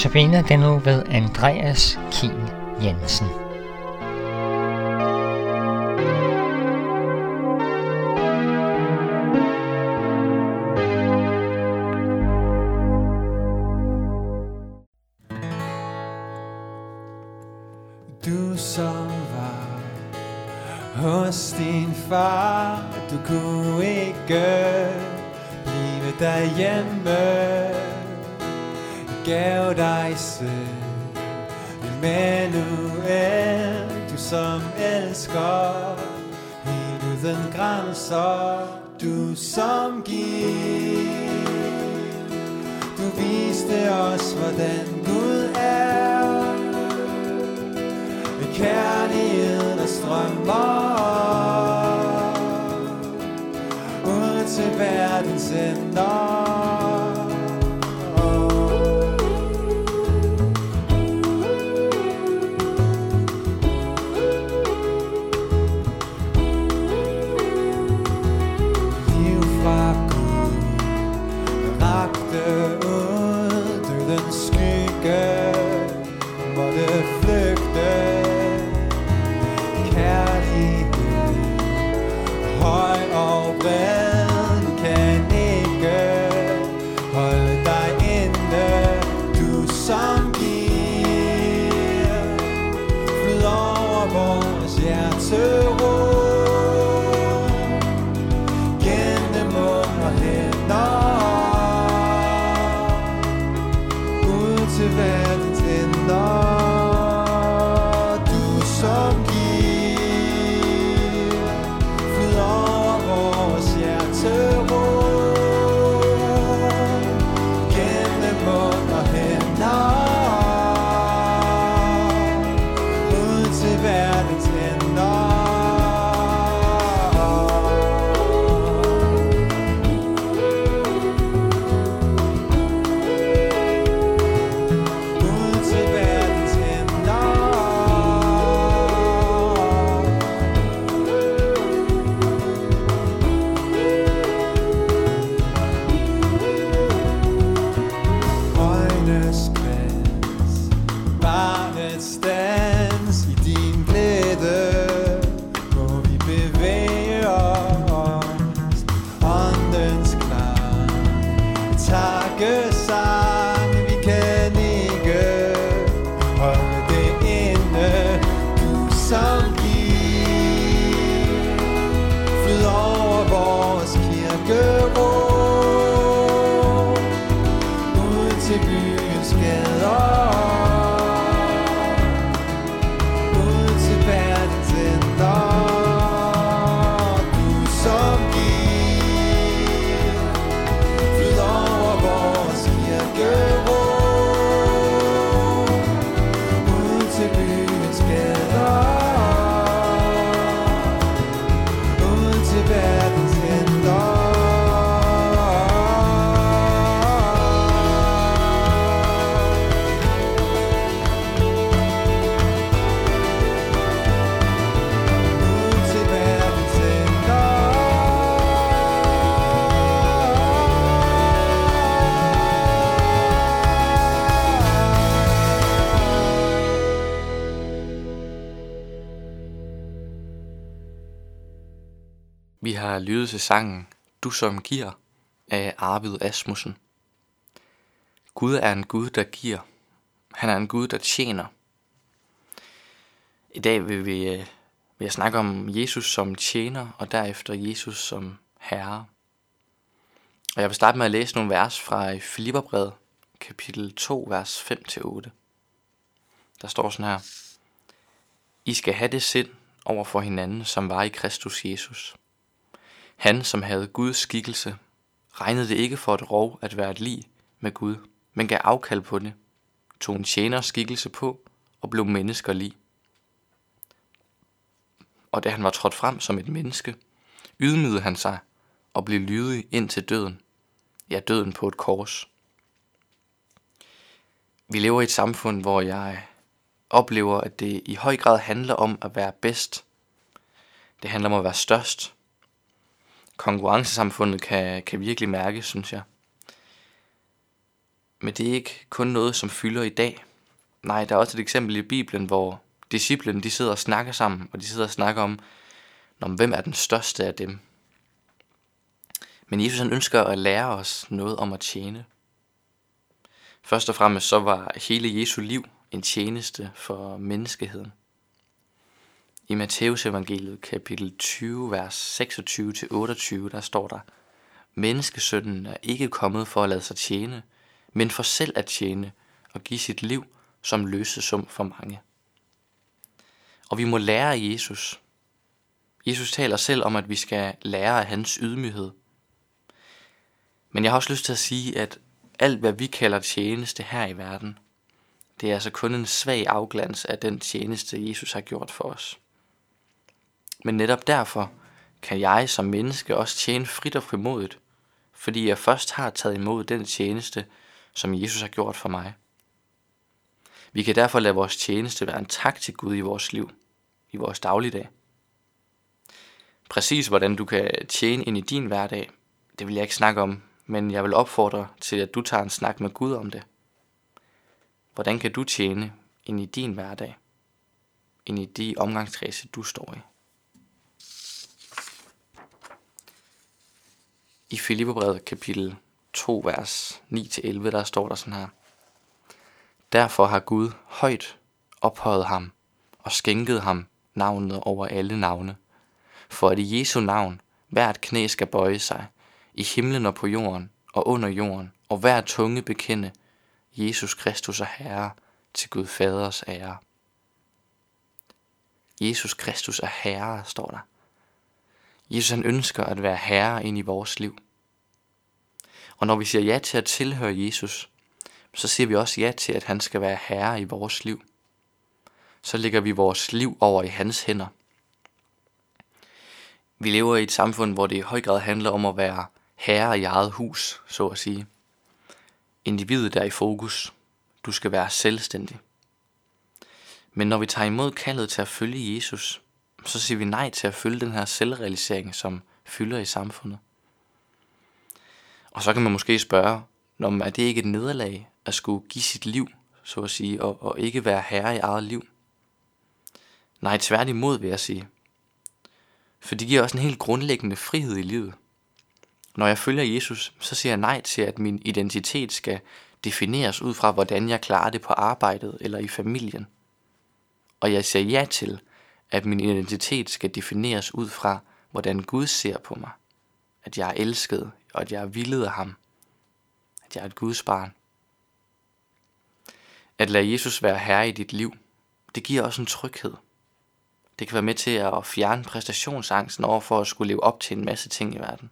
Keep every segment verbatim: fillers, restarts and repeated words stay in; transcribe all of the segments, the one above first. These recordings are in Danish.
Notabene den nu ved Andreas Kiel Jensen. Du som var hos din far, du kunne ikke blive derhjemme, gav dig selv Emmanuel, du som elsker helt uden grænser, du som giver. Du viste os, hvordan Gud er, med kærlighed der strømmer ud til verdens ender. Vi har lyttet til sangen Du som giver af Arvid Asmussen. Gud er en Gud, der giver. Han er en Gud, der tjener. I dag vil vi, vil jeg snakke om Jesus som tjener, og derefter Jesus som herre. Og jeg vil starte med at læse nogle vers fra Filipperbrevet, kapitel to, vers fem til otte. Der står sådan her: I skal have det sind over for hinanden, som var i Kristus Jesus. Han, som havde Guds skikkelse, regnede det ikke for et rov at være et lig med Gud, men gav afkald på det, tog en tjeners skikkelse på og blev mennesker lig. Og da han var trådt frem som et menneske, ydmygede han sig og blev lydig ind til døden, ja, døden på et kors. Vi lever i et samfund, hvor jeg oplever, at det i høj grad handler om at være bedst. Det handler om at være størst. Konkurrencesamfundet kan, kan virkelig mærke, synes jeg. Men det er ikke kun noget, som fylder i dag. Nej, der er også et eksempel i Bibelen, hvor disciplene de sidder og snakker sammen, og de sidder og snakker om, om hvem er den største af dem. Men Jesus han ønsker at lære os noget om at tjene. Først og fremmest så var hele Jesu liv en tjeneste for menneskeheden. I Matteus evangeliet kapitel tyve, vers seksogtyve til otteogtyve, der står der: Menneskesønnen er ikke kommet for at lade sig tjene, men for selv at tjene og give sit liv som løsesum for mange. Og vi må lære af Jesus. Jesus taler selv om, at vi skal lære af hans ydmyghed. Men jeg har også lyst til at sige, at alt hvad vi kalder tjeneste her i verden, det er altså kun en svag afglans af den tjeneste, Jesus har gjort for os. Men netop derfor kan jeg som menneske også tjene frit og frimodigt, fordi jeg først har taget imod den tjeneste, som Jesus har gjort for mig. Vi kan derfor lade vores tjeneste være en tak til Gud i vores liv, i vores dagligdag. Præcis hvordan du kan tjene ind i din hverdag, det vil jeg ikke snakke om, men jeg vil opfordre til, at du tager en snak med Gud om det. Hvordan kan du tjene ind i din hverdag, ind i de omgangskredse, du står i? I Filipperbrevet kapitel to, vers ni til elleve, der står der sådan her: Derfor har Gud højt ophøjet ham og skænket ham navnet over alle navne, for at i Jesu navn hvert knæ skal bøje sig, i himlen og på jorden og under jorden, og hver tunge bekende, Jesus Kristus er Herre, til Gud Faders ære. Jesus Kristus er Herre, står der. Jesus han ønsker at være Herre ind i vores liv. Og når vi siger ja til at tilhøre Jesus, så siger vi også ja til, at han skal være Herre i vores liv. Så lægger vi vores liv over i hans hænder. Vi lever i et samfund, hvor det i høj grad handler om at være herre i eget hus, så at sige. Individet er i fokus. Du skal være selvstændig. Men når vi tager imod kaldet til at følge Jesus, så siger vi nej til at følge den her selvrealisering, som fylder i samfundet. Og så kan man måske spørge, når er det ikke et nederlag at skulle give sit liv, så at sige, og, og ikke være herre i eget liv? Nej, tværtimod vil jeg sige. For det giver også en helt grundlæggende frihed i livet. Når jeg følger Jesus, så siger jeg nej til, at min identitet skal defineres ud fra, hvordan jeg klarer det på arbejdet eller i familien. Og jeg siger ja til, at min identitet skal defineres ud fra, hvordan Gud ser på mig. At jeg er elsket, og at jeg er villet af ham. At jeg er et Guds barn. At lade Jesus være herre i dit liv, det giver også en tryghed. Det kan være med til at fjerne præstationsangsten over for at skulle leve op til en masse ting i verden.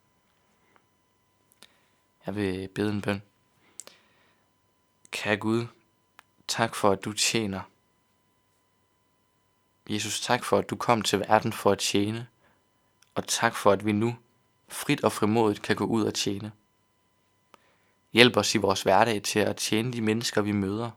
Jeg vil bede en bøn. Kære Gud, tak for at du tjener. Jesus, tak for at du kom til verden for at tjene. Og tak for at vi nu frit og frimodigt kan gå ud og tjene. Hjælp os i vores hverdag til at tjene de mennesker vi møder.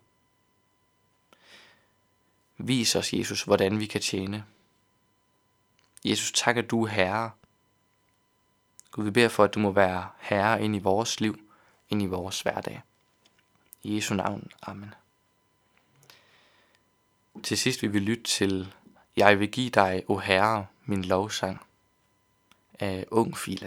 Vis os, Jesus, hvordan vi kan tjene. Jesus, tak at du er Herre. Gud, vi beder for, at du må være Herre ind i vores liv, ind i vores hverdag. I Jesu navn. Amen. Til sidst vil vi lytte til Jeg vil give dig, o Herre, min lovsang af Ungfila.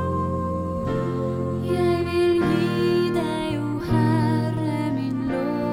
Jeg vil give dig, o Herre, min lov.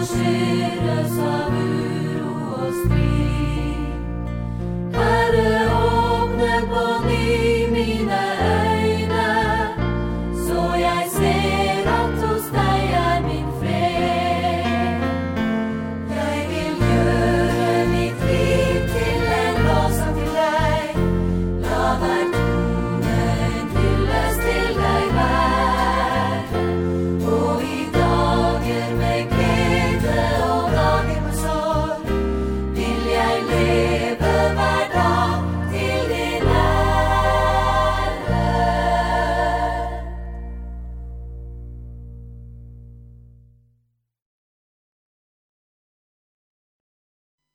Sera savuru og strid